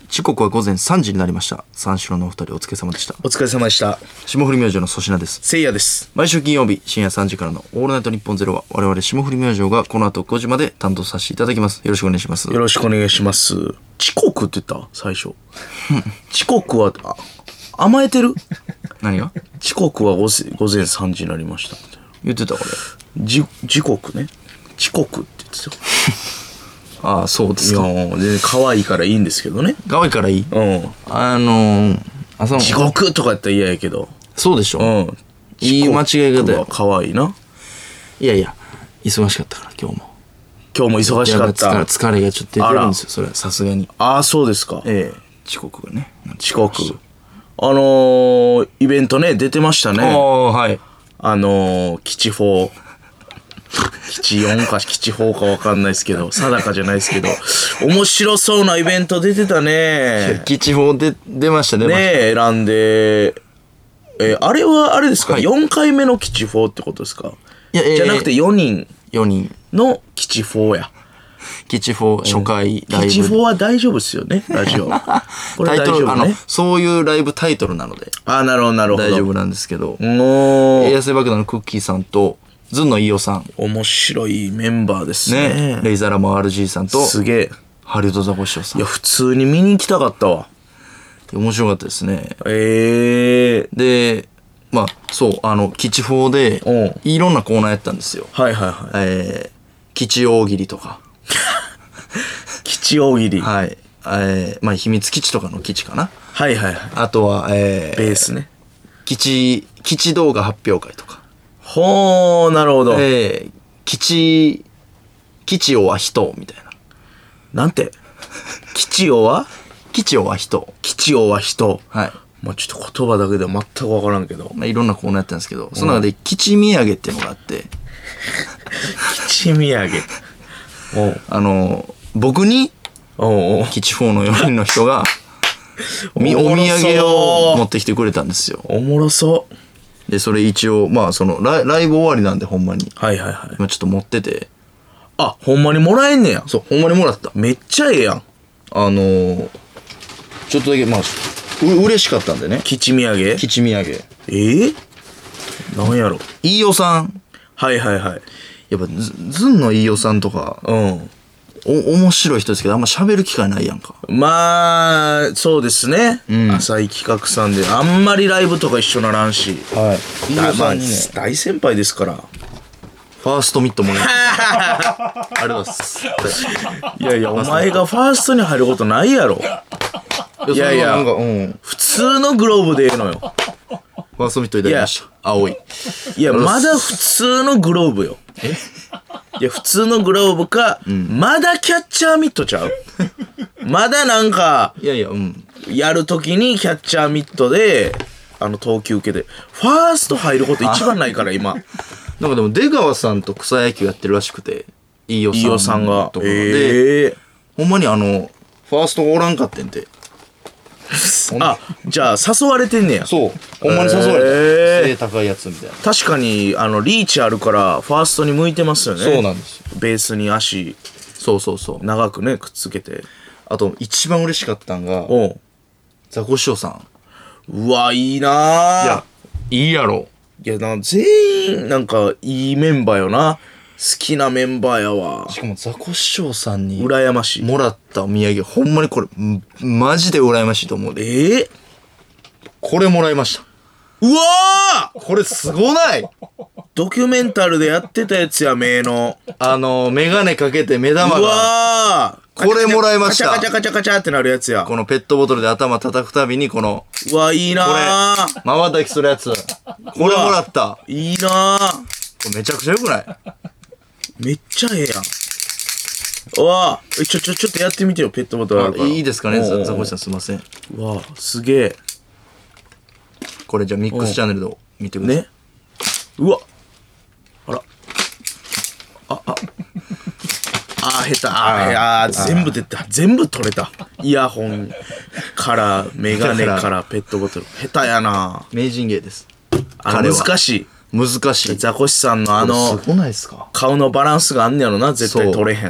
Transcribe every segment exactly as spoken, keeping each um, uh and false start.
時刻は午前さんじになりました。三四郎のお二人お疲れ様でした。 お疲れ様でした。 霜降り明星の粗品です。 せいやです。 毎週金曜日深夜さんじからのオールナイトニッポンゼロは我々霜降り明星がこの後ごじまで担当させていただきます。よろしくお願いします。 よろしくお願いします。遅刻って言った最初遅刻はあ甘えてる何が遅刻は午前さんじになりました言ってたこれじ時刻ね遅刻って言ってたああそうですか。 いや全然可愛いからいいんですけどね。 可愛いからいい。 うんあのー、朝の遅刻とかやったら嫌やけど。 そうでしょ。 うんいい間違い方や。 可愛いな。 いやいや忙しかったから今日も今日も忙しかった。 疲れ、疲れがちょっと出てるんですよ。それはさすがに。 ああそうですか。 ええ遅刻がね。 遅刻あのー、イベントね出てましたね。 ああはいあのー、基地フォー基地よんか基地フォーか分かんないですけど定かじゃないですけど面白そうなイベント出てたね。 基地フォーで出ましたね。 ね選んでえあれはあれですか、はい、よんかいめの基地フォーってことですか。いや、えー、じゃなくてよにんよにんの基地フォーや。 基地フォー初回ライブ、 基地フォーは大丈夫ですよねラジオこれ大丈夫、ね、 あのそういうライブタイトルなのであなるほどなるほど大丈夫なんですけど、 もう衛星爆弾のクッキーさんとズンの飯尾さん面白いメンバーですね。 ねレイザーラモン アールジー さんとすげえハリウッドザコシショウさん。 いや普通に見に行きたかったわ。 面白かったですね。 ええー、 でまあそうあの基地フォーでいろんなコーナーやったんですよ。 はいはいはい。 えー、基地大喜利とか基地大喜利はいえー、まあ秘密基地とかの基地かな。 はいはいはい。 あとはえー、 ベースね基地基地動画発表会とか。 ほーなるほど。 えー、基地基地をは人みたいな。 なんて基地をは基地をは人基地をは人。 はい。 まあちょっと言葉だけでは全く分からんけど、 まあいろんなコーナーやったんですけど、その中で基地土産っていうのがあって基地土産おあの僕にお基地フォーのよにんの人がお土産を持ってきてくれたんですよ。 おもろそうでそれ一応まあそのライ、ライブ終わりなんでほんまにはいはいはい今ちょっと持ってて。 あほんまにもらえんねや。 そうほんまにもらった。 めっちゃええやん。 あのー、ちょっとだけまあう嬉しかったんでね。 基地土産基地土産えー、なんやろ飯尾さんはいはいはい。 やっぱズズンの飯尾さんとかうんお面白い人ですけどあんま喋る機会ないやんか。 まあそうですね、うん、浅井企画さんであんまりライブとか一緒ならんし、 はい飯尾さんにね大先輩ですからファーストミットもらえありがとうございます。 いやいやお前がファーストに入ることないやろ。いやいやなんか、うん、普通のグローブでええのよ。 ファーストミットいただきました。青い。 いやまだ普通のグローブよ。えいや普通のグローブか、うん、まだキャッチャーミットちゃうまだなんかいやいやうんやるときにキャッチャーミットであの投球受けてファースト入ること一番ないから今なんかでも出川さんと草野球やってるらしくて飯尾さんがとかで、えー、ほんまにあのファーストがおらんかってんてあじゃあ誘われてんねや。 そうほんまに誘われた、えー、背高いやつみたいな。 確かにあのリーチあるからファーストに向いてますよね。 そうなんですよ。 ベースに足そうそうそう長くねくっつけて。 あと一番嬉しかったんがおザコシショウさん。 うわいいな。 いやいいやろ。 いやな全員なんかいいメンバーよな。好きなメンバーやわ。 しかもザコシショウさんに羨ましいもらったお土産ほんまにこれマジで羨ましいと思うで。 えー、 これもらいました。 うわーこれすごない？ ドキュメンタルでやってたやつや。目のあのメガネかけて目玉が。 うわーこれもらいました。 カチャカチャカチャカチャってなるやつや。 このペットボトルで頭叩くたびにこのうわいいなーこれまばたきするやつこれもらった。 いいなーこれめちゃくちゃよくない？ めっちゃええやん。うわちょちょちょっとやってみてよ。ペットボトルあるから。 いいですかねザコシさんすいません。 うわすげえ。 これじゃあミックスチャンネルで見てくださいね。 うわあらあああ下手ああ全部出た全部取れた。イヤホンからメガネからペットボトル下手やな。 名人芸です。 あの難しい難しい。 ザコシさんのあのすごないですか？ 顔のバランスがあんねやろな。絶対取れへん。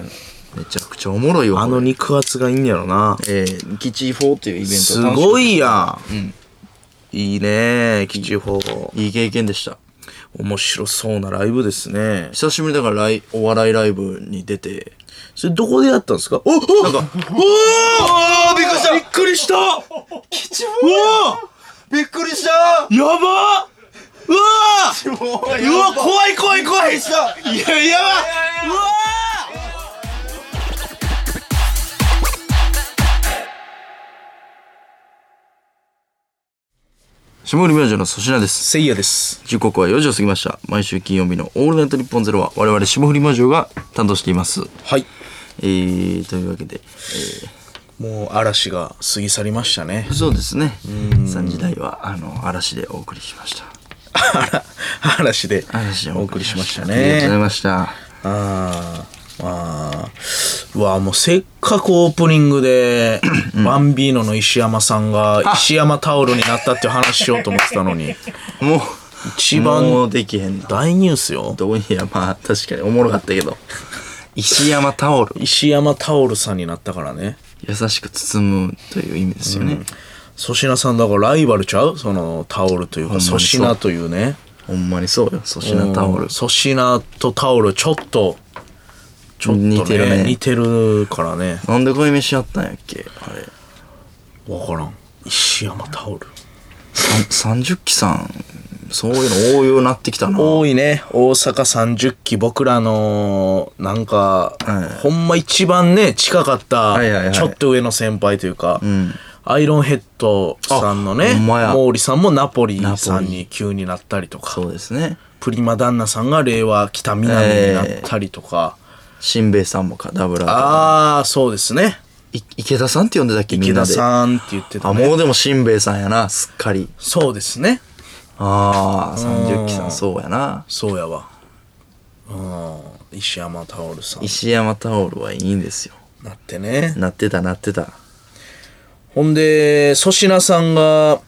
めちゃくちゃおもろいわ。 あの肉厚がいいんやろな。 えー、キチフォーっていうイベントすごいやん。 うん。 いいね、キチフォー。 いい経験でした。 面白そうなライブですね。 久しぶりだからライお笑いライブに出て。 それどこでやったんですか？おっなんか、おーびっくりした。びっくりした。 キチフォーびっくりした。 やばっ。うわーうわ怖い怖い怖い。いややばっ。うわ霜降り明星の粗品です。 せいやです。 時刻はよじを過ぎました。毎週金曜日のオールナイトニッポンゼロは我々霜降り明星が担当しています。 はい。 えー、というわけで、 えー、もう嵐が過ぎ去りましたね。 そうですね。さんじ台はあの嵐でお送りしました。 嵐でお送りしましたね。ありがとうございました。ああ、まあ、うわもうせっかくオープニングで、うん、バンビーノの石山さんが石山タオルになったっていう話しようと思ってたのにもう一番もうできへんな大ニュースよ。 どういやまあ確かにおもろかったけど石山タオル石山タオルさんになったからね。 優しく包むという意味ですよね。 粗品、うん、さんだからライバルちゃうそのタオルというか粗品というね。 ほんまにそうよ粗品タオル。 粗品とタオルちょっとちょっと、ね、似てるね。似てるからね。 なんで恋飯やったんやっけあれ。 わからん。石山タオル。 さんじゅっきさん、そういうの多いようになってきたな。 多いね。大阪さんじゅっき、僕らの、なんか、はい、ほんま一番ね、近かった、はいはいはい、ちょっと上の先輩というか、うん、アイロンヘッドさんのね、毛利さんもナポリさんに急になったりとか、 そうですね。 プリマ旦那さんが令和北南になったりとか、えーしんべヱさんもかダブラーとああそうですね。 い池田さんって呼んでたっけみんなで。 池田さんって言ってたね。あもうでもしんべヱさんやなすっかり。 そうですね。 ああさんじゅっきさんそうやな。 そうやわ。うん石山タオルさん。 石山タオルはいいんですよ。 なってね。 なってたなってた。 ほんで粗品さんが、はい、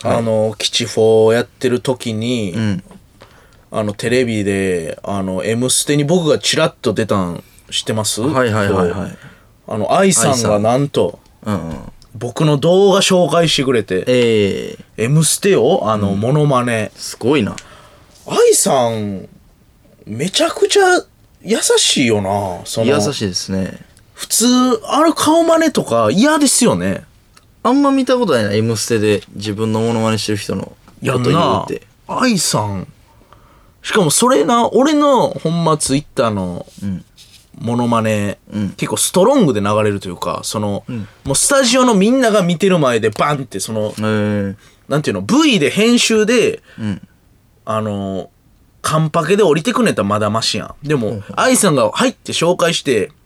あのキチフォーやってる時に。うんあのテレビであの M ステに僕がチラッと出たん知ってます？ はいはいはいはい。 あの愛さんがなんと、うんうん、僕の動画紹介してくれて、えー、M ステをあの、うん、モノマネすごいな。 愛さんめちゃくちゃ優しいよな。 その優しいですね。 普通ある顔真似とか嫌ですよね。 あんま見たことないな M ステで自分のモノマネしてる人のこと言うって。 愛さんしかもそれな、俺のほんまツイッターのモノマネ、うん、結構ストロングで流れるというか、その、うん、もうスタジオのみんなが見てる前でバンってその、えー、なんていうの、V で編集で、うん、あの、カンパケで降りてくんねやったらまだマシやん。でも、愛、うん、さんが入って紹介して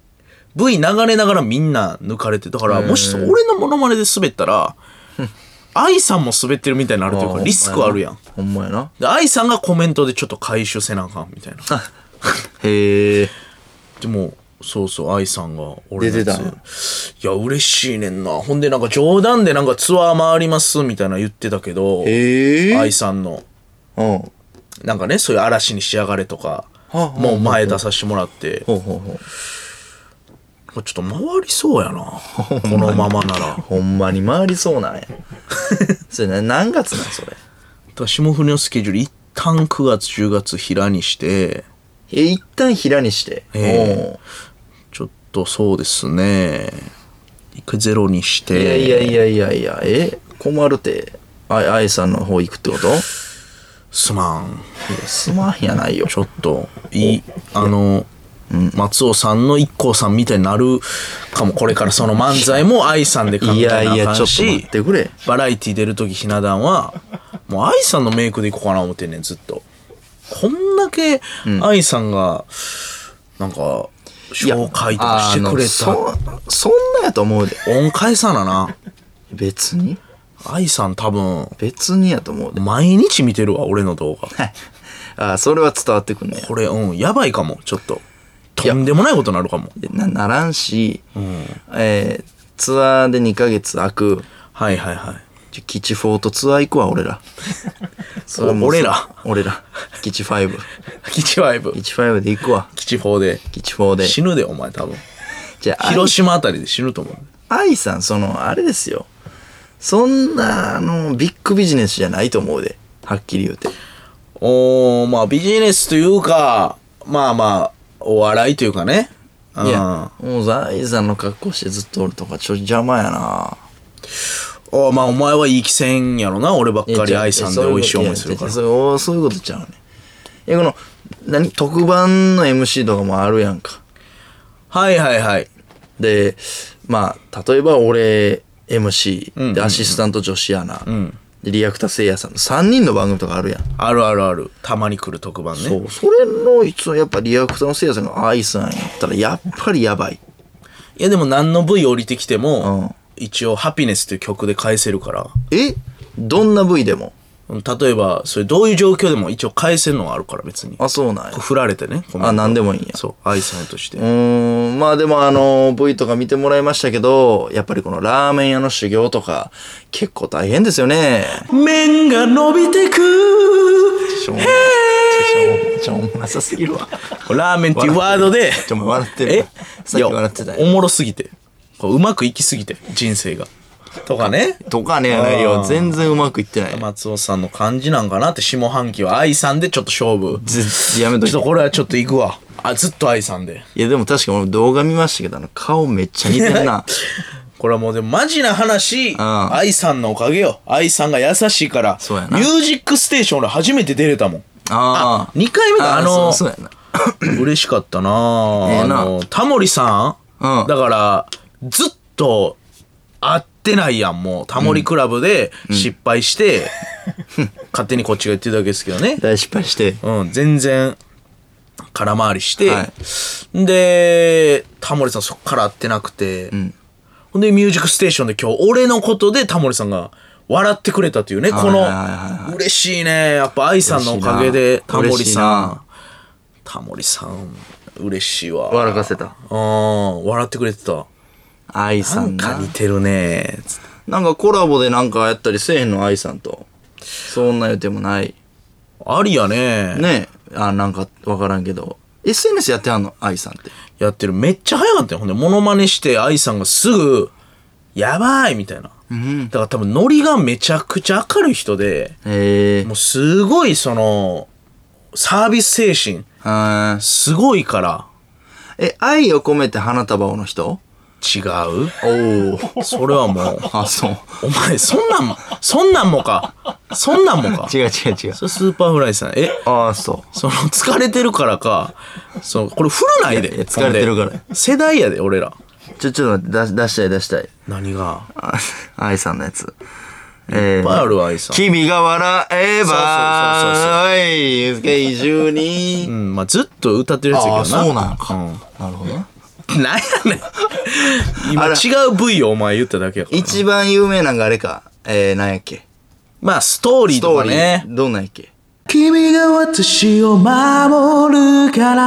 、V 流れながらみんな抜かれて、だから、もし俺のモノマネで滑ったら、愛さんも滑ってるみたいになるというかリスクあるやん。 ほんまやな。 で愛さんがコメントでちょっと回収せなあかんみたいな。 へえ。 でもそうそう愛さんが俺の出てた。いや嬉しいねんな。ほんでなんか冗談でなんかツアー回りますみたいな言ってたけど、へ愛さんの、うん、なんかねそういう嵐に仕上がれとか、はあ、もう前出させてもらって。ほうほうほうちょっと回りそうやなこのままならほんまに回りそうなんやそれ、ね、何月なんそれだ霜降りのスケジュール一旦くがつじゅうがつ平にしてえ一旦平にして、えー、ちょっとそうですね一回ゼロにしていやいやいやいやいやえ困るてあ愛さんの方行くってことすまんいやすまんやないよちょっといいあのうん、松尾さんの イッコー さんみたいになるかも。これからその漫才も愛さんで考えなあかんし、いやいやちょっと待ってくれ。バラエティ出るときひな壇はもう愛さんのメイクでいこうかな思ってんねんずっと。こんだけ愛さんがなんか紹介とかしてくれた、 そ, そんなやと思うで。 恩返さなな別に愛さん多分別にやと思うで。 毎日見てるわ俺の動画あそれは伝わってくんね。 これうんやばいかも。ちょっととんでもないことになるかも。 な, ならんし、うんえー、ツアーでにかげつ空く。 はいはいはい。 キチフォーとツアー行くわ俺らそれも俺ら俺らキチファイブキチファイブキチファイブで行くわ。 キチフォーでキチフォーで死ぬでお前多分じゃあ広島あたりで死ぬと思う。 愛さん、その、あれですよ。そんな、あの、ビッグビジネスじゃないと思うで。はっきり言うて。 おー、まあビジネスというか、まあまあ、お笑いというかね。 いや、もう愛さんの格好してずっとおるとか、ちょっと邪魔やな。 おまあお前はいい気せんやろな。俺ばっかり愛さんで美味しい思いするから。 そうそういうことちゃうね。いや、この、何特番の エムシー とかもあるやんか。 はいはいはい。 で、まあ、例えば俺 エムシー、 うんうんうん、 で、アシスタント女子アナ、 うん、 で、リアクタせいやさんのさんにんの番組とかあるやん。 あるあるある。たまに来る特番ね。 そう。それの、いつもやっぱリアクタのせいやさんが愛さんやったら、やっぱりやばい。 いやでも何の V 降りてきても、 うん、 一応ハピネスっていう曲で返せるから。 えどんな V でも例えば、それどういう状況でも一応返せるのがあるから別に。 あ、そうなんや。 振られてね。 あ、なんでもいいんや。 そう、愛さんとして。 うーん、まあでもあの、V とか見てもらいましたけど、やっぱりこのラーメン屋の修行とか、結構大変ですよね。 麺が伸びてくちょ、ちょ、ちょ、ちょ、なさすぎるわ。 ラーメンっていうワードで、 ちょ、もう笑ってる。 えさっき笑ってたよ。 おもろすぎて。こううまくいきすぎて、人生が。とかね。 とかねやないよ。全然うまくいってない。 松尾さんの感じなんかなって、下半期は愛さんでちょっと勝負。 やめとき。 ちょっとこれはちょっと行くわ。あ、ずっと愛さんで。 いやでも確か俺動画見ましたけど、あの顔めっちゃ似てるな。 これはもうでもマジな話、愛さんのおかげよ。愛さんが優しいから。 そうやな。 ミュージックステーション俺初めて出れたもん。 ああ。 にかいめか、あの、 そうやな。 嬉しかったなぁ。 ええな。 あの、タモリさん、うん、だから、ずっと会ってないやん、もう。タモリクラブで失敗して、うん、勝手にこっちが言ってるだけですけどね。 大失敗して。 うん、全然、空回りして、はい、で、タモリさんそっから会ってなくて、うん、ほんで、ミュージックステーションで今日、俺のことでタモリさんが笑ってくれたというね、この、嬉しいね。やっぱ愛さんのおかげで、タモリさん、タモリさん、嬉しいわ。 笑かせた。 うん、笑ってくれてた。 愛さんな。なんか似てるね。 なんかコラボでなんかやったりせえへんの、愛さんと。そんな予定もない。 ありやね。 ねえ。あ、なんかわからんけど。エスエヌエス やってはんの、愛さんって。 やってる。めっちゃ早かったよ。ほんで、モノマネして愛さんがすぐ、やばいみたいな。うん、だから多分ノリがめちゃくちゃ明るい人で、 へもうすごいその、サービス精神。すごいから。 え、愛を込めて花束をの人？ 違う？おお。それはもう。 あ、そう。 お前、そんなんも、そんなんもか。そんなんもか。 違う違う違う。 それスーパーフライさん。えああ、そう。 その、疲れてるからか。その、これ振るないで。いや、 疲れてるから。 世代やで、俺ら。 ちょ、ちょっと待って、出、出したい出したい。 何が？ 愛さんのやつ。 いっぱいある愛さん。 君が笑えば、そうそうそうそう。はい、一緒に。 うん、まあずっと歌ってるやつやけどな。 あ、そうなんか。うん、なるほどね。 なんやねん。今違う V をお前言っただけやから。 一番有名なのがあれか。えー、なんやっけ。 まあ、ストーリーとかね。 どんなんやっけ。 君が私を守るから。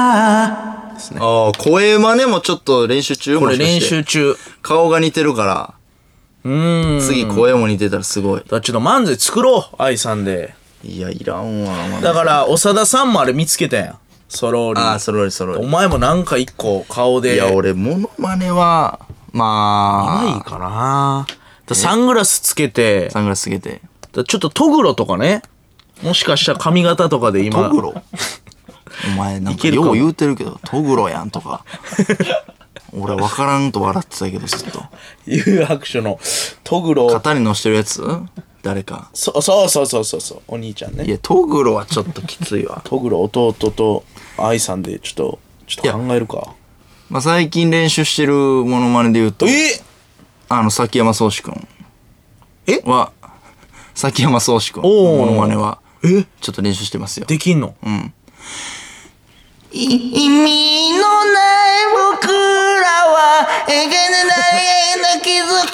ですね。ああ、声真似もちょっと練習中。 これ練習中。 顔が似てるから。 うーん。 次声も似てたらすごい。 だからちょっと漫才作ろう、愛さんで。 いや、いらんわ。 だから、長田さんもあれ見つけたやん。ソローリー。 ああ、ソローリー、ソローリー。 お前もなんか一個顔で。 いや、俺、モノマネは、まあ。 今いいかな。サングラスつけて。 サングラスつけて。 ちょっとトグロとかね。もしかしたら髪型とかで今。 トグロお前なんかよう言うてるけど、トグロやんとか。俺分からんと笑ってたけど、ずっと。 有白書のトグロ。 肩に乗してるやつ誰か。 そ、そうそうそうそうそう。お兄ちゃんね。 いや、トグロはちょっときついわ。 トグロ弟と愛さんでちょっと、ちょっと考えるか。 まあ、最近練習してるモノマネで言うと。 えあの、崎山宗志くん。 えは、崎山宗志くんのモノマネは。 えちょっと練習してますよ。 できんの？ うん。 意味のない僕らはえげない傷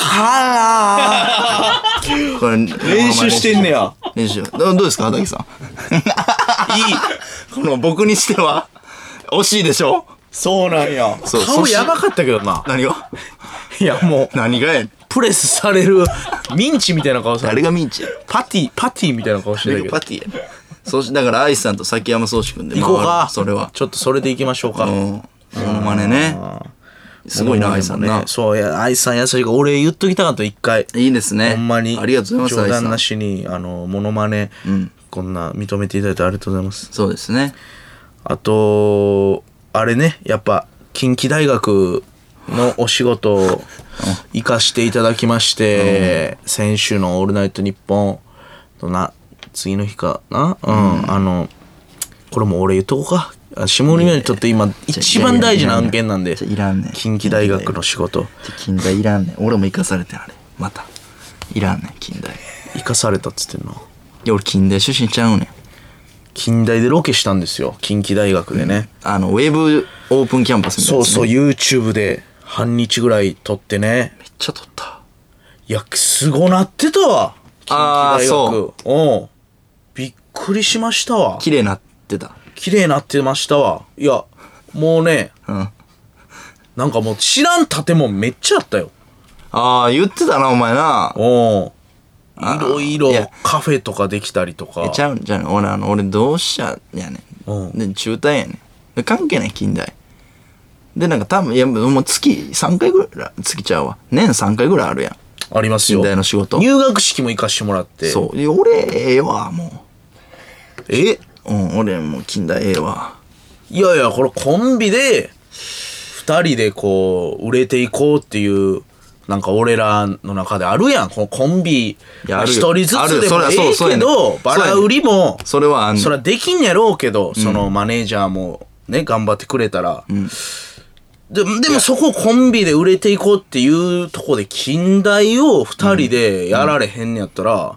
からこれ練習してんねや。 練習どうですか畑さん。いいこの僕にしては惜しいでしょ。 そうなんや。 そう顔やばかったけどな。 何がいやもう何がやんプレスされるミンチみたいな顔され誰がミンチやパティパティみたいな顔してるけどパティやそうしだから愛さんと崎山宗志くんで行こうか。 それはちょっとそれで行きましょうか。うん。 モノマネね。 すごいな愛さんな。 そういや愛さん優しいから俺言っときたかった一回。 いいですね。 ほんまにありがとうございます。 冗談なしにあのモノマネ、うん、こんな認めていただいてありがとうございます。 そうですね。 あとあれねやっぱ近畿大学のお仕事を行かしていただきまして、うん、先週の「オールナイトニッポン」のな次の日かな、うん、うん、あのこれも俺言っとこうか。下森にとって今一番大事な案件なんで。 いらんねん。 近畿大学の仕事。 近大いらんねん。俺も生かされてあれ。またいらんねん近大。 生かされたっつってんの。 いや俺近大出身ちゃうねん。 近大でロケしたんですよ近畿大学でね、 うん、あのウェブオープンキャンパスみたいな、ね、 そうそう YouTube で半日ぐらい撮ってね。 めっちゃ撮った。 いやすごなってたわ近畿大学。あそう。うんびっくりしましたわ。 綺麗なってた。 綺麗なってましたわ。いやもうね、うん、なんかもう知らん建物めっちゃあったよ。 ああ言ってたなお前な。 おいろいろカフェとかできたりとか。 ちゃうんじゃん俺あの俺同志社やねん。で中退やねん。関係ない近代でなんか多分いやもう月さんかいぐらい月ちゃうわ年さんかいぐらいあるやん。 ありますよ近代の仕事。 入学式も行かしてもらって。 そういや俺ええわもう。 えうん俺もう近代ええわ。 いやいやこれコンビでふたりでこう売れていこうっていうなんか俺らの中であるやんこのコンビ一人ずつでもええけどバラ売りもそれはあんそれはできんやろうけど、うん、そのマネージャーもね頑張ってくれたら、うん、で, でもそこをコンビで売れていこうっていうとこで近代をふたりでやられへんやったら、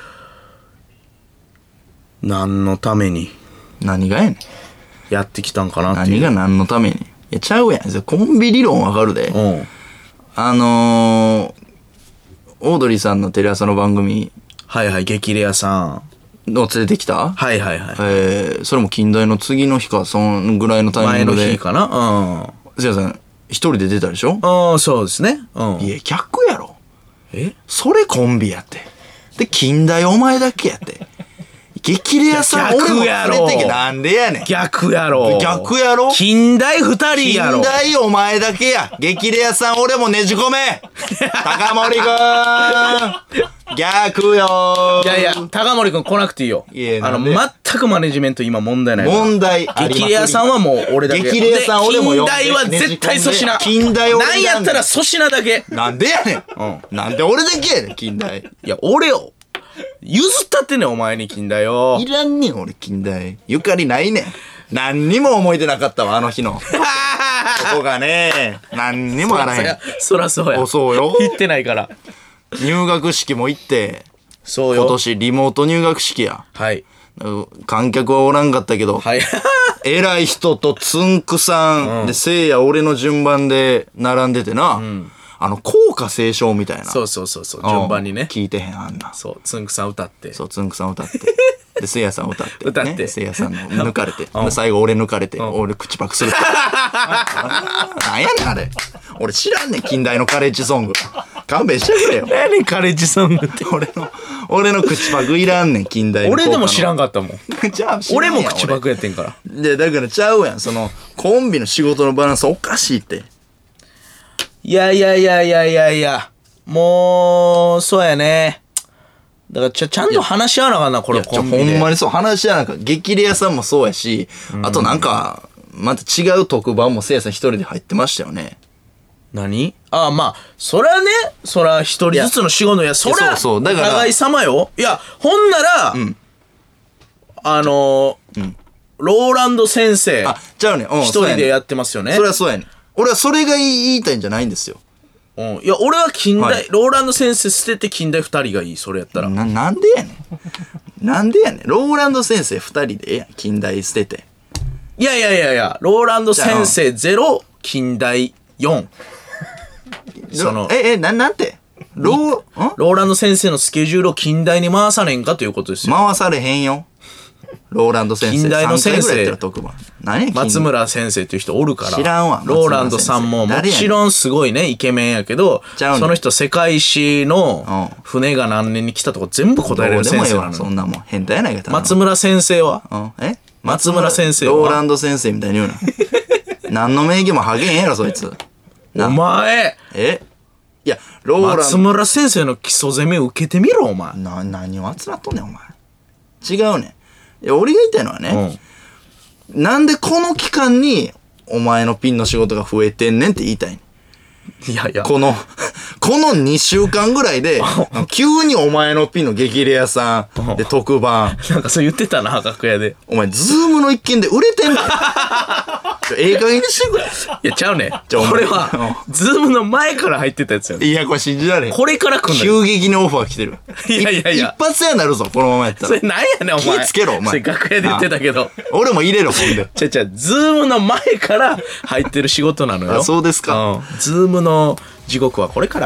うん、何のために何がやねんやってきたんかなっていう。 何が何のために。いやちゃうやんコンビ理論わかるで。うんあのー、オードリーさんのテレ朝の番組はいはい激レアさんの連れてきたはいはいはい、 えー、それも近代の次の日かそのぐらいのタイミングで前の日かな。 うんせやさん一人で出たでしょ。 ああそうですね。うんいや逆やろ。 えそれコンビやってで近代お前だけやって激レアさん俺も連れてけなんでやねん。 逆やろ逆やろ。 近代二人やろ。 近代お前だけや。激レアさん俺もねじ込め高森くん逆よ。 いやいや高森くん来なくていいよ。いやあの全くマネジメント今問題ないから問題あり激レアさんはもう俺だけ。 激レアさん俺も近代は絶対粗品。 近代俺なんやったら粗品だけ。 なんでやねん、うん、なんで俺だけやねん近代。 いや俺よ譲ったってねお前に近代よ。 いらんねん俺近代ゆかりないねん。何にも思い出なかったわあの日のそこがね何にもあらへん。 そらそうや。 そうよ行ってないから入学式も行ってそうよ今年リモート入学式や。 はい観客はおらんかったけど、はい、偉い人とつんくさん、うん、でせいや俺の順番で並んでてな、うんあの、校歌斉唱みたいな。 そうそうそうそう、順番にね。 聞いてへん、あんな。 そう、つんくさん歌って。 そう、つんくさん歌って。で、せいやさん歌って。 歌って。 ね、せいやさんの抜かれて。で、最後俺抜かれて、俺口パクするって。なんやねん、あれ。俺知らんねん、近代のカレッジソング。勘弁してくれよ。 何カレッジソングって。 俺の、俺の口パクいらんねん、近代の。 俺でも知らんかったもん。 じゃあ俺も口パクやってんから。 で、だからちゃうやん、その、コンビの仕事のバランスおかしいって。 いやいやいやいやいやいや、もう、そうやね。だからちゃ、ちゃんと話し合わなあかんな、これコンビで。 ほんまにそう、話し合わなあかん。激レアさんもそうやし、うん、あとなんか、また違う特番もせいやさん一人で入ってましたよね。 何ああ、まあ、そらね、そら一人ずつの仕事や、そら、そうそう、だから、お互い様よ。いや、ほんなら、うん、あのー、うん、ローランド先生。 あ、ちゃうね。うん、 一人でやってますよね。 それはそうやねん。俺はそれが言いたいんじゃないんですよ。 うん。いや、俺は近代、はい、ローランド先生捨てて近代二人がいい、それやったら。 な、なんでやねん。なんでやねん。ローランド先生二人でええやん。近代捨てて。 いやいやいやいや、ローランド先生ゼロ、近代四。 その、え、え、な、なんてロー、 ローランド先生のスケジュールを近代に回さねんかということですよ。 回されへんよ。ローランド先生。 近代の先生。 何松村先生っていう人おるから。 知らんわ。 ローランドさんももちろんすごいね、イケメンやけど、その人世界史の船が何年に来たとか全部答えれる先生なの。 そんなもん変態やないか。 松村先生は、 うん、え松村先生はローランド先生みたいに言うな。何の名義もハゲんやろ、そいつ。 お前えいや、ローラン松村先生の基礎攻め受けてみろ、お前。 な、何を集まっとんねん、お前。違うねん。いや、俺が言いたいのはね、うん、なんでこの期間に、お前のピンの仕事が増えてんねんって言いたいねん。 いやいや。 この、このにしゅうかんぐらいで、急にお前のピンの激レアさん、で、特番。 なんかそう言ってたな、楽屋で。 お前、ズームの一件で売れてんねん。ええ加減にしてくれ。 いや、ちゃうねん。これは、ズームの前から入ってたやつやねん。 いや、これ信じられへん。 これから来んの急激にオファー来てる。 いやいやいや。 一発屋になるぞ、このままやったら。 それなんやねん、お前。 気つけろ、お前。 それ楽屋で言ってたけど。 俺も入れろ、ほんで。 ちゃちゃ、ズームの前から入ってる仕事なのよ。 あ、そうですか。 うん。ズームの地獄はこれから。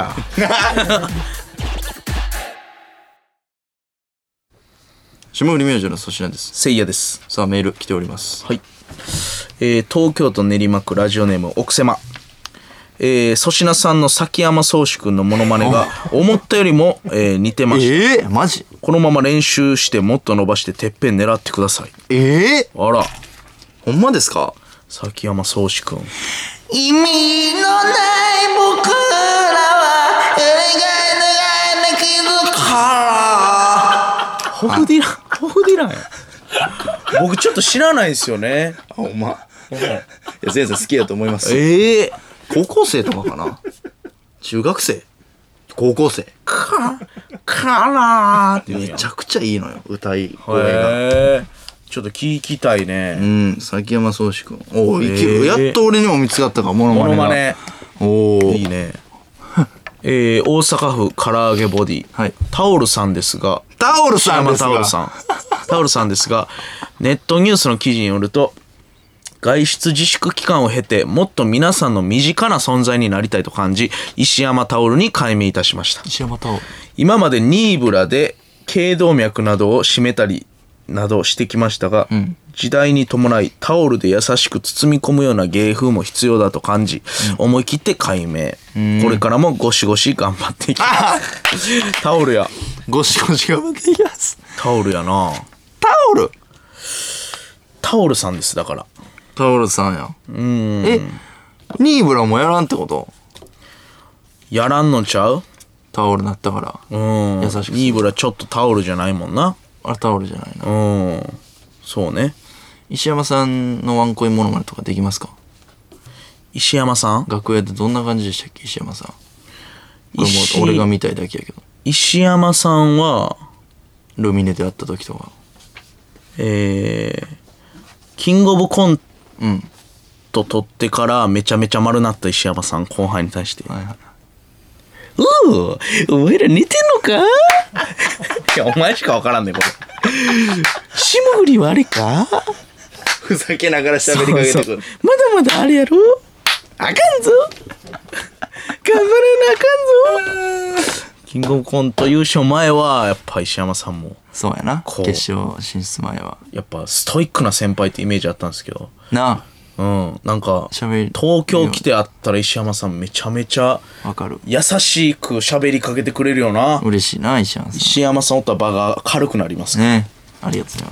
霜降り明星の粗品です。 せいやです。 さあ、メール来ております。 はい。えー、東京都練馬区ラジオネーム奥狭。えー、粗品さんの崎山宗志くんのモノマネが思ったよりも、えー、似てました。 ええー、マジ？ このまま練習してもっと伸ばしててっぺん狙ってください。 ええー、 あら。 ほんまですか？ 崎山宗志くん。 意味のない僕らはえがいな傷からホフディラン、ホフディランや。僕ちょっと知らないですよね。 あ、ほんま。いや、先生好きやと思います。 ええー、高校生とかかな？中学生？高校生？ か、からーってめちゃくちゃいいのよ、歌い声が。へー。ちょっと聞きたいね。 うん、崎山宗志くん。おお、いける。やっと俺にも見つかったか、モノマネが。モノマネ。おお。 いいね。えー、大阪府唐揚げボディ。 はい。 タオルさんですが。 タオルさんですが。 タオルさん。タオルさんですが、ネットニュースの記事によると、外出自粛期間を経て、もっと皆さんの身近な存在になりたいと感じ、石山タオルに改名いたしました。 石山タオル。 今までニーブラで頸動脈などを締めたりなどしてきましたが、うん、時代に伴いタオルで優しく包み込むような芸風も必要だと感じ、うん、思い切って改名。これからもゴシゴシ頑張っていきます。タオルや。 ゴシゴシ頑張っていきます。 タオルやな。 タオルタオルさんです、だから。 タオルさんや。 うーん。 え、ニーブラもやらんってこと？ やらんのちゃう？ タオルなったから。 うん。 優しく。 ニーブラちょっとタオルじゃないもんな。 あれタオルじゃないな。 うん。そうね。 石山さんのワンコインモノマネとかできますか？ 石山さん？ 楽屋でどんな感じでしたっけ、石山さん。これも俺が見たいだけやけど。 石山さんは、 ルミネで会った時とか。 えー、キングオブコント取ってからめちゃめちゃ丸なった石山さん、後輩に対して。はいはい。おお、お前ら似てんのか？いや、お前しかわからんねん、これ。霜降りはあれか？ ふざけながら喋りかけてくる。そうそう、 まだまだあれやろ？あかんぞ。頑張らなあかんぞ。キングオブコント優勝前はやっぱ石山さんもそうやな、決勝進出前はやっぱストイックな先輩ってイメージあったんですけどなあ、うんなんか東京来て会ったら石山さんめちゃめちゃわかる、 優しく喋りかけてくれるよな。 嬉しいな、石山さん。 石山さんおったら場が軽くなりますね。ありがとうございます。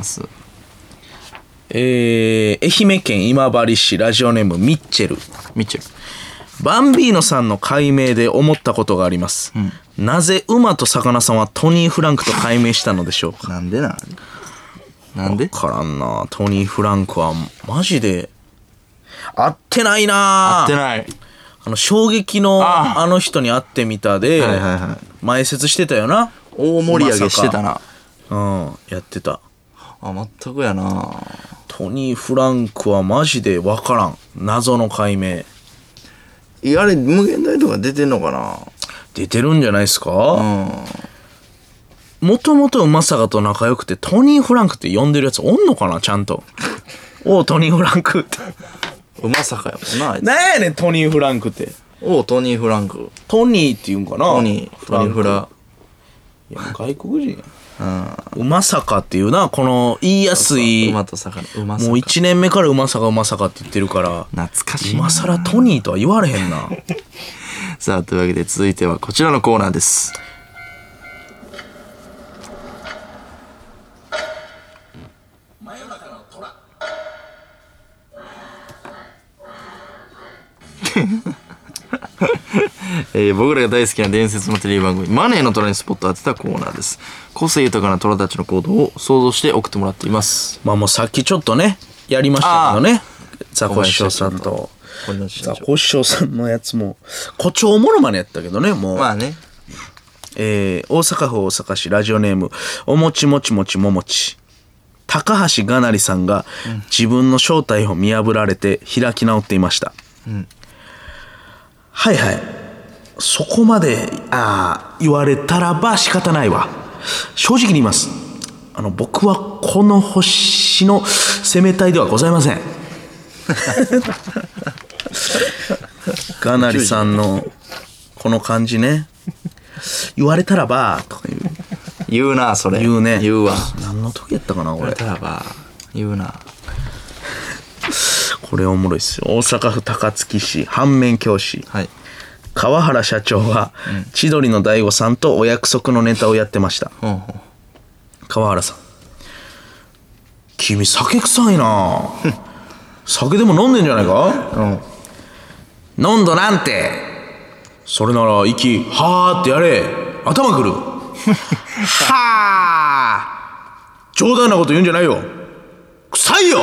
えー、愛媛県今治市ラジオネームミッチェル。 ミッチェル。 バンビーノさんの改名で思ったことがあります、うん、なぜ馬と魚さんはトニー・フランクと改名したのでしょうか。 なんでななんで分からんな。トニー・フランクはマジで合ってないな。 合ってない。 あの衝撃の あ, あの人に会ってみたで、はいはいはい、前説してたよな。 大盛り上げしてたな。 うんやってた。 あ、全くやな。 トニー・フランクはマジで分からん。謎の改名。 いや、あれ無限大とか出てんのかな。 出てるんじゃないですか。もともと馬坂と仲良くてトニー・フランクって呼んでるやつおんのかな、ちゃんと。おうトニー・フランクって馬坂やもんな。 なんやねんトニー・フランクって。 おうトニー・フランク。 トニーって言うんかな。 トニートニーフラ。 いや外国人や。うん、馬坂っていうな、この言いやすい。 馬と魚、馬坂。 もういちねんめから馬坂馬坂って言ってるから懐かしいな。 今更トニーとは言われへんな。 さあ、というわけで続いてはこちらのコーナーです。真夜中の虎。 えー、僕らが大好きな伝説のテレビ番組マネーの虎にスポットを当てたコーナーです。個性豊かな虎たちの行動を想像して送ってもらっています。 まあもうさっきちょっとねやりましたけどね、ザコシショウさんとザコシショウさんのやつも誇張モノマネやったけどね、もうまあね。 えー、大阪府大阪市ラジオネームおもちもちもちももち。高橋がなりさんが自分の正体を見破られて開き直っていました、うん、はいはい、そこまであ言われたらば仕方ないわ。正直に言います。あの僕はこの星の攻め隊ではございませんがなりさんのこの感じね、言われたらばとか言う言うな、それ言うね、 言うわ。 何の時やったかな、俺。 言われたらば言うな。 これおもろいっすよ。大阪府高槻市反面教師、はい、川原社長は、うん、千鳥の大悟さんとお約束のネタをやってました、うん、川原さん、君酒臭いな酒でも飲んでんじゃないか、うん、飲んどなんて、それなら息はーってやれ、頭くるはあ、冗談なこと言うんじゃないよ、臭いよ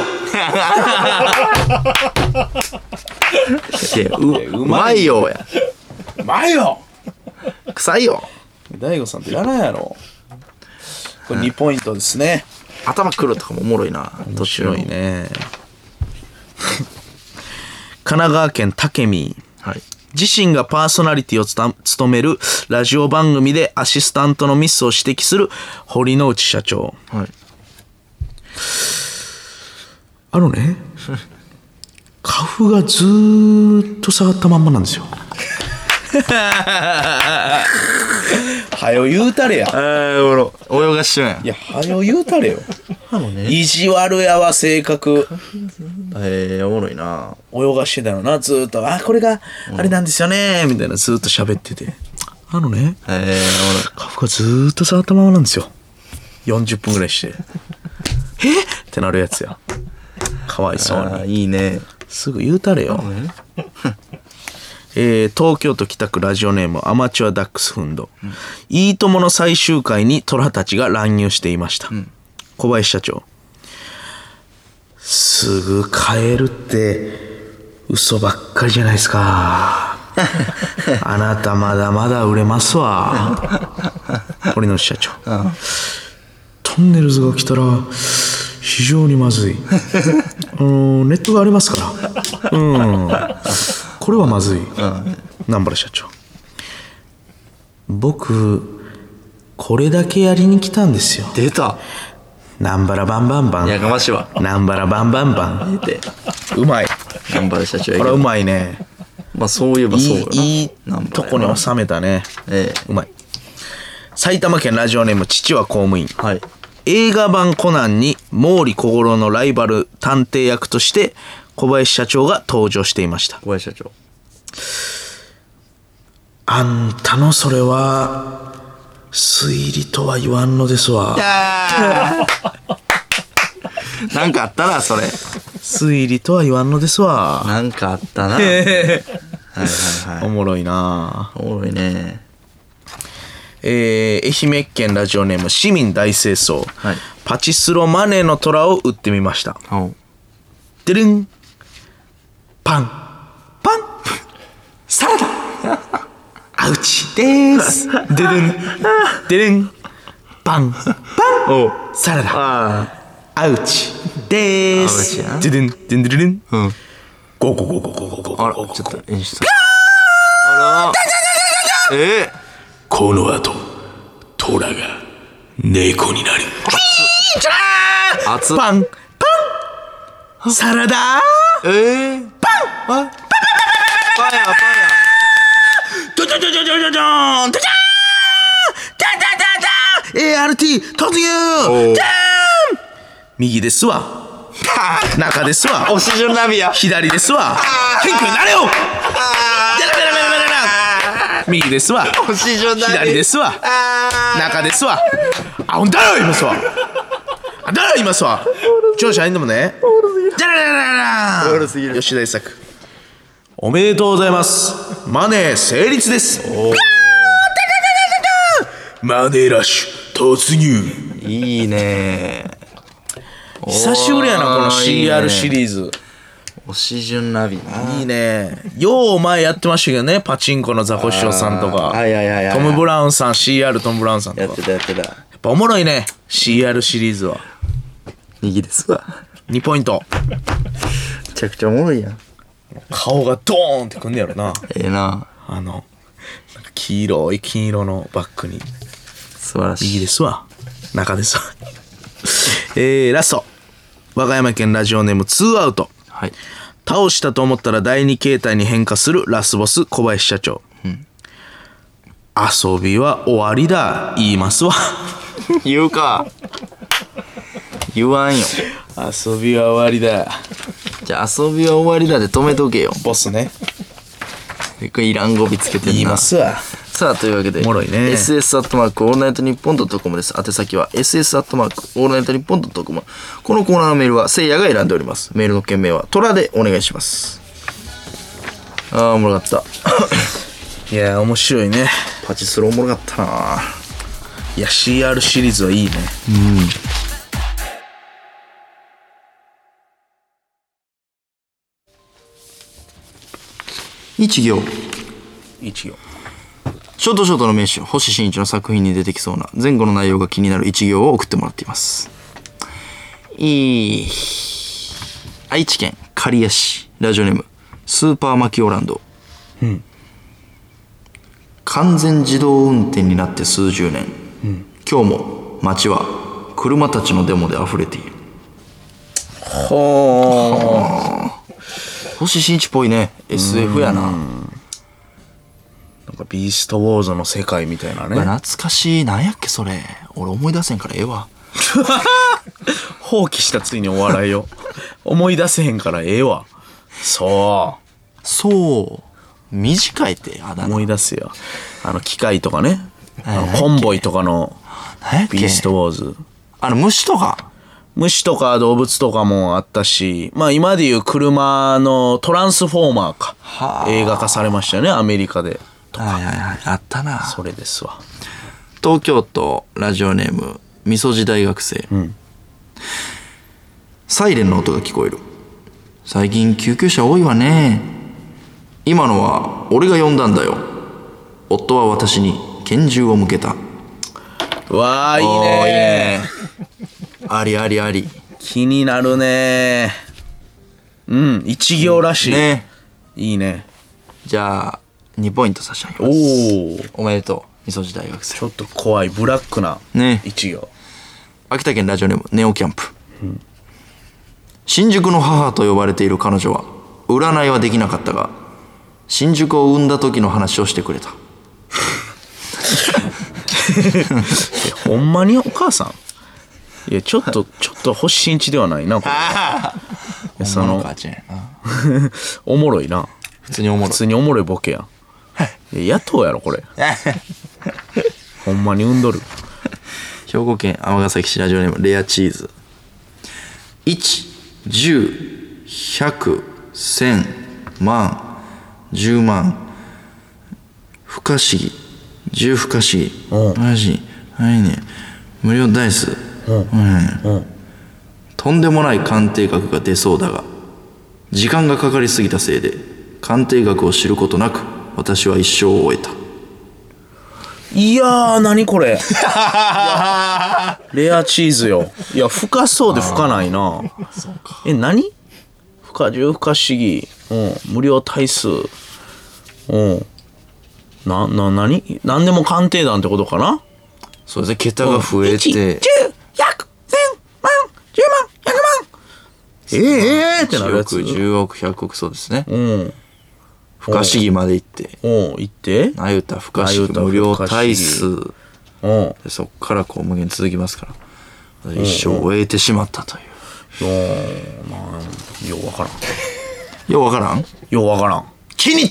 う, うまいよや、 うまいよ、 臭いよ。 大悟さんってやらんやろ。これにポイントですね。 頭くるとかもおもろいな。 面白いね。神奈川県武見、はい、自身がパーソナリティを務めるラジオ番組でアシスタントのミスを指摘する堀之内社長、はい、あのね花粉がずーっと下がったまんまなんですよはよ言うたれや。 えー、泳がしちゃうやん。 いや、はよ言うたれよ。あのね、意地悪やわ、性格。 えー、おもろいな。 泳がしてたのな、ずーっと。あ、これがあれなんですよねみたいな、ずーっと喋ってて。あのね、えー、おもろい。花粉がずーっと下がったままなんですよ。よんじゅっぷんぐらいして。えってなるやつや。かわいそうに。 いいね。 すぐ言うたれよ。えー、東京都北区ラジオネームアマチュアダックスフンド、うん、いいともの最終回に虎たちが乱入していました、うん、小林社長、すぐ帰るって嘘ばっかりじゃないですかあなたまだまだ売れますわ堀之内社長、うん、トンネルズが来たら非常にまずいあのネットがありますからうんこれはまずい、うん、南原社長、僕これだけやりに来たんですよ。 出た南原バンバンバン、 やかましいわ。 南原バンバンバン出てうまい。 南原社長やけど、 これはうまいね。 まあそういえばそうよな。 いい、いいとこに収めたね、ええ、うまい。埼玉県ラジオネーム父は公務員、はい、映画版コナンに毛利小五郎のライバル探偵役として小林社長が登場していました。 小林社長、 あんたのそれは推理とは言わんのですわ。 なんかあったな、それ。 推理とは言わんのですわ。 なんかあったな。はいはいはい。 おもろいな。 おもろいね。 えー、愛媛県ラジオネーム市民大清掃、はい、パチスロマネーの虎を打ってみました。でるん、パンパンサラダアウチですでるんでるん、パンパンサラダアウチですでるんでんでるん、ゴゴゴゴゴゴゴ。 あら、ちょっと演出。あらえーこの後虎が猫になる。 熱っ。 パンパンサラダえー、パンパンパンパンパンパンパンやパンやドドドドドドドーンドジャーンダダダダ エーアールティー 突入ジャーン右ですわ中ですわオシジュンナビや左ですわピンクになれよ右ですわ左ですわ中ですわあ、ほんだよいますわあだよいますわ聴者いんでもねじゃららららら吉田栄作おめでとうございます。 マネー成立です。マネーラッシュ突入。 いいね。 久しぶりやなこの シーアール シリーズ。 押し順ナビな。 いいね。よう前やってましたけどね、パチンコのザコシショウさんとか、 はいはいはいはい、 トム・ブラウンさん シーアール トム・ブラウンさんとかやってたやってた。 やっぱおもろいね シーアール シリーズは。 右ですわ。 にポイント。 めちゃくちゃおもろいやん。 顔がドーンってくんねやろな。 ええな。 あのなんか黄色い金色のバッグに。 素晴らしい。 右ですわ。中ですわ。えー、ラスト。和歌山県ラジオネームツーアウト。 はい。 倒したと思ったらだいに形態に変化するラスボス小林社長。うん、遊びは終わりだ言いますわ。 言うか。言わんよ。 遊びは終わりだ。 じゃあ遊びは終わりだで止めとけよ。 ボスね。 これいらん語尾つけてんな。 言いますわ。 さあというわけでおもろいね。 エスエス アットマークオールナイトニッポンドットコムです。宛先は エスエス アットマークオールナイトニッポンドットコム。このコーナーのメールはせいやが選んでおります。メールの件名はトラでお願いします。あーおもろかった。 いや面白いね。 パチスロおもろかったな。 いや シーアール シリーズはいいね。 うん。一行一行ショートショートの名手星新一の作品に出てきそうな前後の内容が気になる一行を送ってもらっています。いい愛知県刈谷市ラジオネームスーパーマキオランド、うん、完全自動運転になって数十年、うん、今日も街は車たちのデモで溢れている。はあ星新一っぽいね。 エスエフ やな。 なんかビーストウォーズの世界みたいなね。 懐かしい。なんやっけそれ。俺思い出せんからええわ。 放棄したついにお笑いを思い出せへんからええわ。そうそう短いってあだ名思い出すよ。あの機械とかね、あのコンボイとかのビーストウォーズ、 あの虫とか虫とか動物とかもあったし、まあ今でいう車のトランスフォーマーか、はあ、映画化されましたよねアメリカでとか。 はいはいはい、あったな。 それですわ。 東京都ラジオネームみそじ大学生、うん、サイレンの音が聞こえる。最近救急車多いわね。今のは俺が呼んだんだよ。夫は私に拳銃を向けた。 わあいいね。いいね。 ありありあり。 気になるね。うん一行らしい、ね、いいね。 じゃあにポイント差し上げます。おおおめでとうみそじ大学生。 ちょっと怖いブラックな一行、ね、 秋田県ラジオネームネオキャンプ、うん、新宿の母と呼ばれている彼女は占いはできなかったが新宿を生んだ時の話をしてくれた。 ほんまにお母さん。いやちょっとちょっと星新一ではないなこれ。そのおもろいな。 普通におもろい。 普通におもろいボケやん。いや野党やろこれ。ほんまに産んどる。 兵庫県尼崎市ラジオネームレアチーズ。いち、じゅう、ひゃく、せん、万、じゅうまん、不可思議、じゅう不可思議、マジ、はいね、無料ダイス、うんうん、とんでもない鑑定額が出そうだが時間がかかりすぎたせいで鑑定額を知ることなく私は一生を終えた。 いやー何これ。レアチーズよ。いや深そうで深ないな。え何不可十不可思議、うん、無料対数、うんなな何何でも鑑定団ってことかな。 そうですね。桁が増えていち、じゅう、 ひゃく、せん、万、じゅうまん、ひゃくまん、ええーってなるやつ。 じゅうおく、ひゃくおく、そうですね。うん。不可思議まで行って。 お行って。 あゆた不可思議無料対数。でそっからこう無限続きますから。一生終えてしまったという。 ようわからん。 ようわからん。 ようわからん。 気に入った。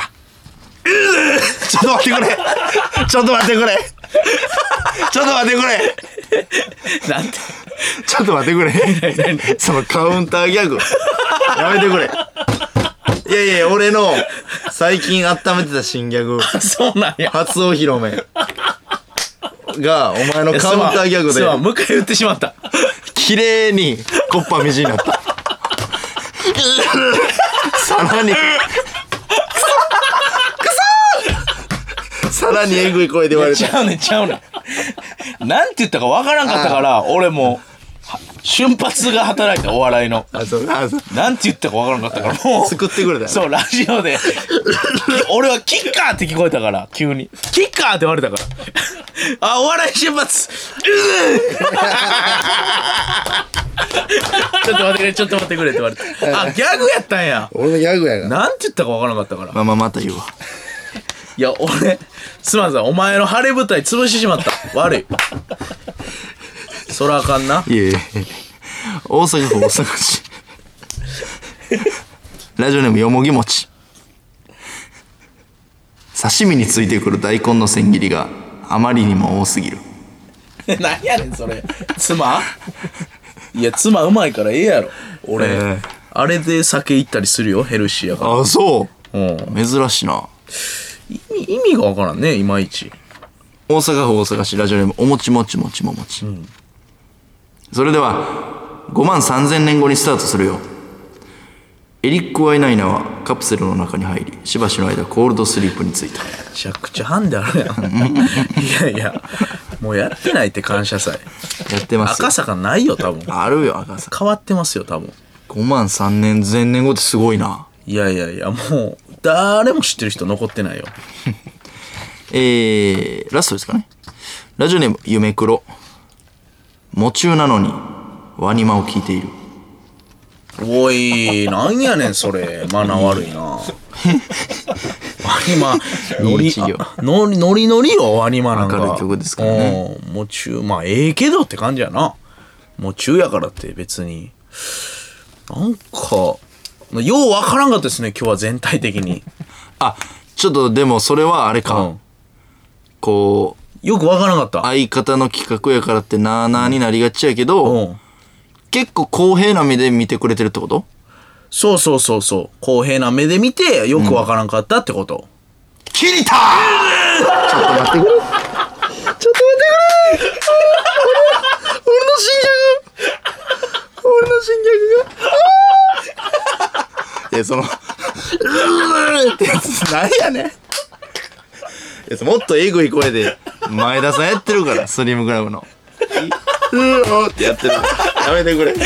ちょっと待ってくれ。ちょっと待ってくれ。ちょっと待ってくれ。 なんて。 ちょっと待ってくれ。そのカウンターギャグやめてくれ。 いやいや俺の最近温めてた新ギャグそうなんや。 初お披露目がお前のカウンターギャグでそう、もう一回言ってしまった。 綺麗にコッパみじんになったさらにさらにえぐい声で言われた。 ちゃうねんちゃうねん。なんて言ったかわからんかったから俺もう瞬発が働いたお笑いの。 あそうあそうなんて言ったかわからんかったからもう救ってくれたよ。 そうラジオで俺はキッカーって聞こえたから急にキッカーって言われたからあお笑い瞬発ちょっと待ってくれちょっと待ってくれって言われてあギャグやったんや。 俺のギャグやがなんて言ったかわからんかったから。 まあまあまた言うわ。 いや俺すまんさんお前の晴れ舞台潰してしまった悪いそらあかんな。 いやいや大阪府大阪市ラジオネームよもぎもち。刺身についてくる大根の千切りがあまりにも多すぎる。 何やねんそれ妻いや妻うまいからええやろ俺、 えーあれで酒行ったりするよヘルシーやから。 あそううん珍しいな。 意味意味がわからんねいまいち。 大阪府大阪市ラジオネームおもちもちもちももち、うん、それではごまんさんぜんねんごにスタートするよ。エリック・ワイナイナはカプセルの中に入りしばしの間コールドスリープについた。 めちゃくちゃハンデあるやんいやいやもうやってないって感謝祭やってますよ。 赤坂ないよ多分。 あるよ赤坂。 変わってますよ多分。 ごまんさんねんぜんねんごってすごいな。 いやいやいやもう誰も知ってる人残ってないよえー、ラストですかね。ラジオネーム夢黒。夢中なのにワニマを聞いている。 おいなんやねんそれマナー悪いなワニマノリノリノリノリよワニマなんか明るい曲ですからね。 うん夢中まあええけどって感じやな。夢中やからって別になんかようわからんかったですね今日は全体的に。 あちょっとでもそれはあれか、うん、こうよくわからんかった。 相方の企画やからってなあなあになりがちやけど、うん、結構公平な目で見てくれてるってこと？ そうそうそうそう公平な目で見てよくわからんかったってこと、うん、 キリターちょっと待ってくれちょっと待ってくれ俺の新ギャグ俺の新ギャグがいやそのってやつ何やねん。いやもっとエグい声で前田さんやってるからスリムクラブのうーってやってる。やめてくれ。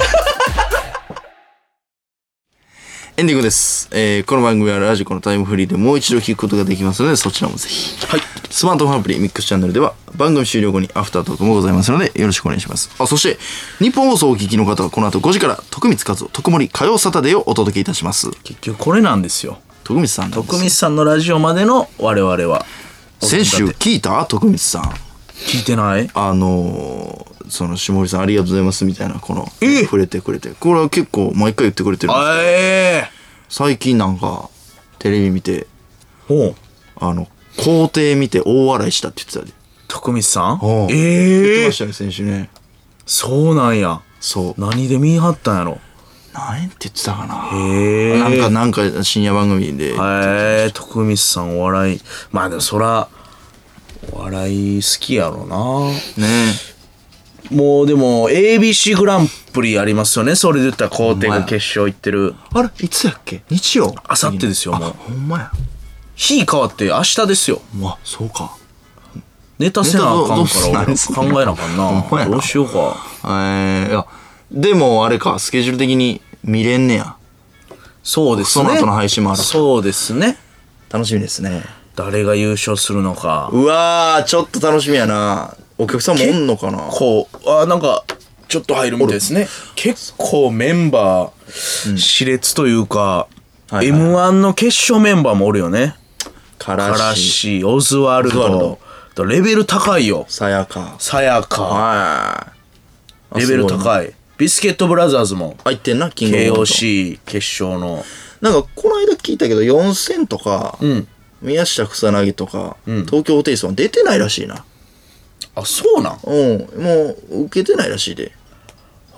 エンディングです、えー、この番組はラジコのタイムフリーでもう一度聞くことができますのでそちらもぜひ、はい、スマートフォンアプリミックスチャンネルでは番組終了後にアフタートークもございますのでよろしくお願いします。あそして日本放送をお聞きの方はこの後ごじから徳光和夫徳森火曜サタデーをお届けいたします。 結局これなんですよ徳光さんなんです。 徳光さんのラジオまでの我々は先週聞いた徳光さん聞いてない。 あのー、その下森さんありがとうございますみたいなこの触れてくれてこれは結構毎回言ってくれてるんですけど、えー最近なんかテレビ見ておあの校庭見て大笑いしたって言ってたで徳光さん。 ええ言ってましたね先週ね。 そうなんや。 そう何で見はったんやろ。 何って言ってたかな。 へえなんかなんか深夜番組で。 へえ徳光さんお笑いまあでもそらお笑い好きやろなねえ。 もうでも エービーシー グランプリありますよね。それで言ったら皇帝が決勝行ってる。 あれいつやっけ。日曜あさってですよ。もうほんまや日変わって明日ですよ。 まあそうかネタせなあかんから俺考えなあかんな。どうしようか。 えー、いやでもあれかスケジュール的に見れんねや。 そうですね。 その後の配信もある。 そうですね。 楽しみですね。 誰が優勝するのか。 うわーちょっと楽しみやな。お客さんもおんのかな。 こうあなんかちょっと入るみたいですね。結構メンバー、うん、熾烈というか、はいはい、エムワン の決勝メンバーもおるよね。 からし、 からしオズワルドレベル高いよ。 さやかさやかレベル高い。ビスケットブラザーズも入ってんな。キングオブケーオーシー 決勝のなんかこの間聞いたけどよんせんとか、うん、宮下草薙とか、うん、東京ホテイソン出てないらしいな。 あそうなん。 うんもう受けてないらしいで。 へ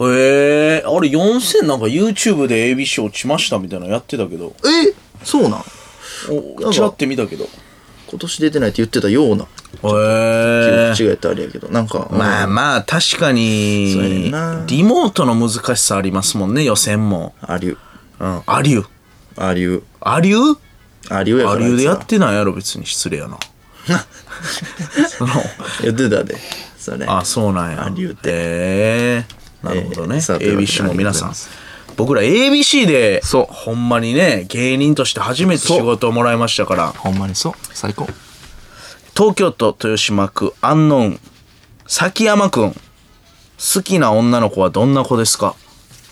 へえ、あれよんせんなんか YouTube で エービーシー 落ちましたみたいなのやってたけど、 えそうなんおチラって見たけど。 今年出てないって言ってたような。 へえ。 記憶違えたあれやけど、なんか。 まあまあ、確かそうやねにんな、 リモートの難しさありますもんね、予選も。 ありゅう。 うん。アリュー。 ありゅう。 アリューありゅうやから。 アリューでやってないやろ、別に失礼やな。そのやってたで。それ。 あ、そうなんや。 アリューってへえ。なるほどね。 えーさあというわけでエービーシー も皆さんありがとうございます。 僕ら エービーシー で、 そうほんまにね、芸人として初めて仕事をもらいましたから。 ほんまにそう。最高。 東京都豊島区アンノウン崎山くん、好きな女の子はどんな子ですか？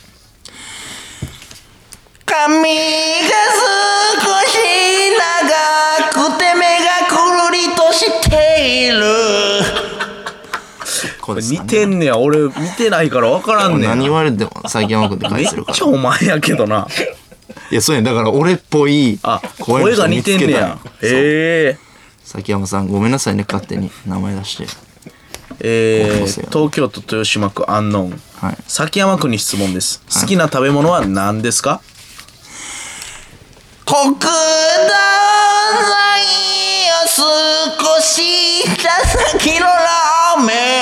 髪が少し長くて目がくるりとしている。 これ似てんねや。俺見てないから分からんねん。 何言われても崎山君って返せるから。 めっちゃお前やけどな。 いや、そうやん。だから俺っぽいあ、 声の人声が似てんねや見つけたん。 ええ崎山さん、ごめんなさいね、勝手に名前出して。 えー、 高校生東京都豊島区アンノウン、 はい。 崎山くんに質問です。好きな食べ物は何ですか？ 国道沿いを少しした先のラーメン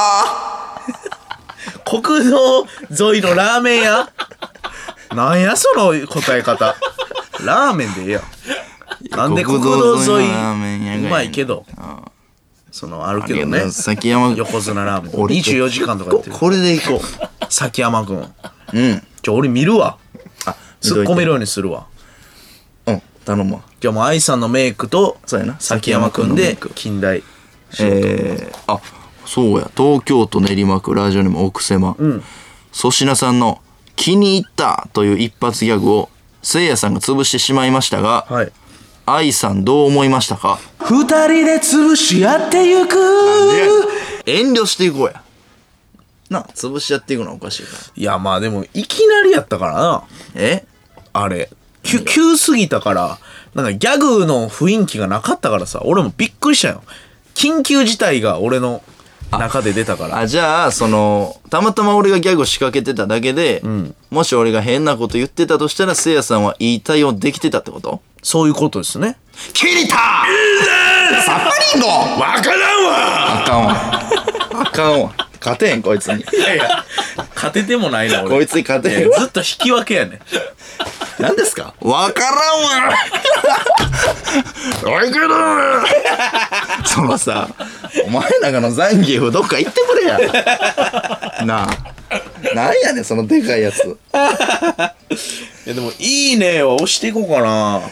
屋。 国道沿いのラーメン屋。なんやその答え方。ラーメンでええやん。なんで国道沿い国道沿いのラーメン屋がいいうまいけど、そのあるけどね、 崎山横綱ラーメン俺にじゅうよじかんとかやってる。 これでいこ崎山くん、 う。うん。 ちょ俺見るわ。 あ、 突っ込めるようにするわ。 うん、頼むわ。 じゃあもう愛さんのメイクとそうやな崎山くんで近代。 えー、あ、そうや。東京都練馬区ラジオネーム奥狭。うん。粗品さんの気に入ったという一発ギャグをせいやさんが潰してしまいましたが、 はい。 愛さんどう思いましたか？ 二人で潰し合ってゆく。 遠慮していこうや。な、潰し合っていくのはおかしいから。 いやまあでもいきなりやったからな。 えあれ急急すぎたから、なんかギャグの雰囲気がなかったからさ、俺もびっくりしたよ。緊急事態が俺の中で出たから。 あ、じゃあ、その、たまたま俺がギャグを仕掛けてただけで、もし俺が変なこと言ってたとしたら、せいやさんはいい対応できてたってこと？ そういうことですね。 キリタサッパリンゴわからんわあかんわ。あかんわ。勝てん、こいつに。 いやいや、勝ててもないな俺。 こいつに勝てんいやずっと引き分けやねん。 何ですか？わからんわおいけどそのさ、お前らがのザンギエフどっか行ってくれや。なあ。なんやねん、そのでかいやつ。 いやでも、いいねは押していこうかな。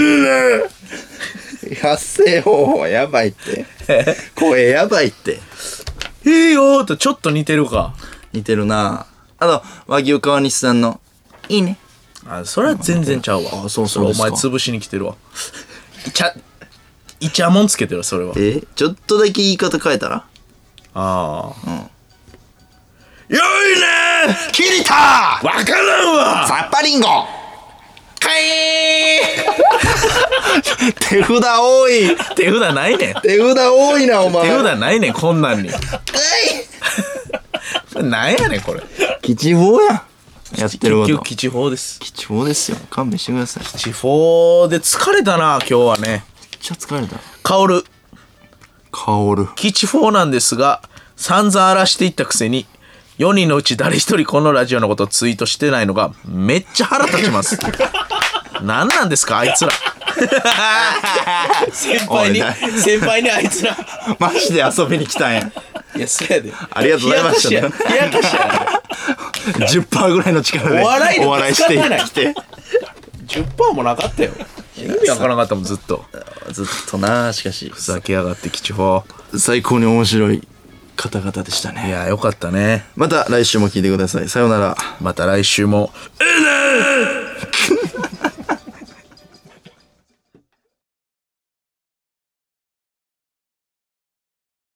発声方法はやばいって。声やばいって。 いいよーとちょっと似てるか。 似てるな。あと、和牛川西さんの、いいね。 あ、それは全然ちゃうわ。 あ、そうそうですか。 れお前潰しに来てるわ。いちゃ、いちゃもんつけてるわ、それは。 えちょっとだけ言い方変えたら？ ああ。 よいねーキリタわからんわサッパリンゴかいー手札多い手札ないねん。 手札多いな、お前。 手札ないねん、こんなんに。なんやねん、これ。 吉報やん。やってること。 結局、吉報です。 吉報ですよ。勘弁してください。めっ吉報で疲れたな、今日はね。 ちゃ疲れた。 カオル。 香る。 吉報なんですが、散々荒らしていったくせに、よにんのうち誰一人このラジオのことをツイートしてないのがめっちゃ腹立ちます。何なんですかあいつら。先輩においな先輩にあいつら。 マジで遊びに来たんや。 いやそうやで。 ありがとうございましたね冷やかしや。冷やかしや。 じゅっパーセント ぐらいの力でお笑いでお笑いして使ってないきて。 じゅっパーセント もなかったよ。意味わからなかったもんずっと。 ずっとな、しかし。 ふざけやがって吉報。 最高に面白い方々でしたね。 いやよかったね。 また来週も聞いてください。さようなら。 また来週も。ええねー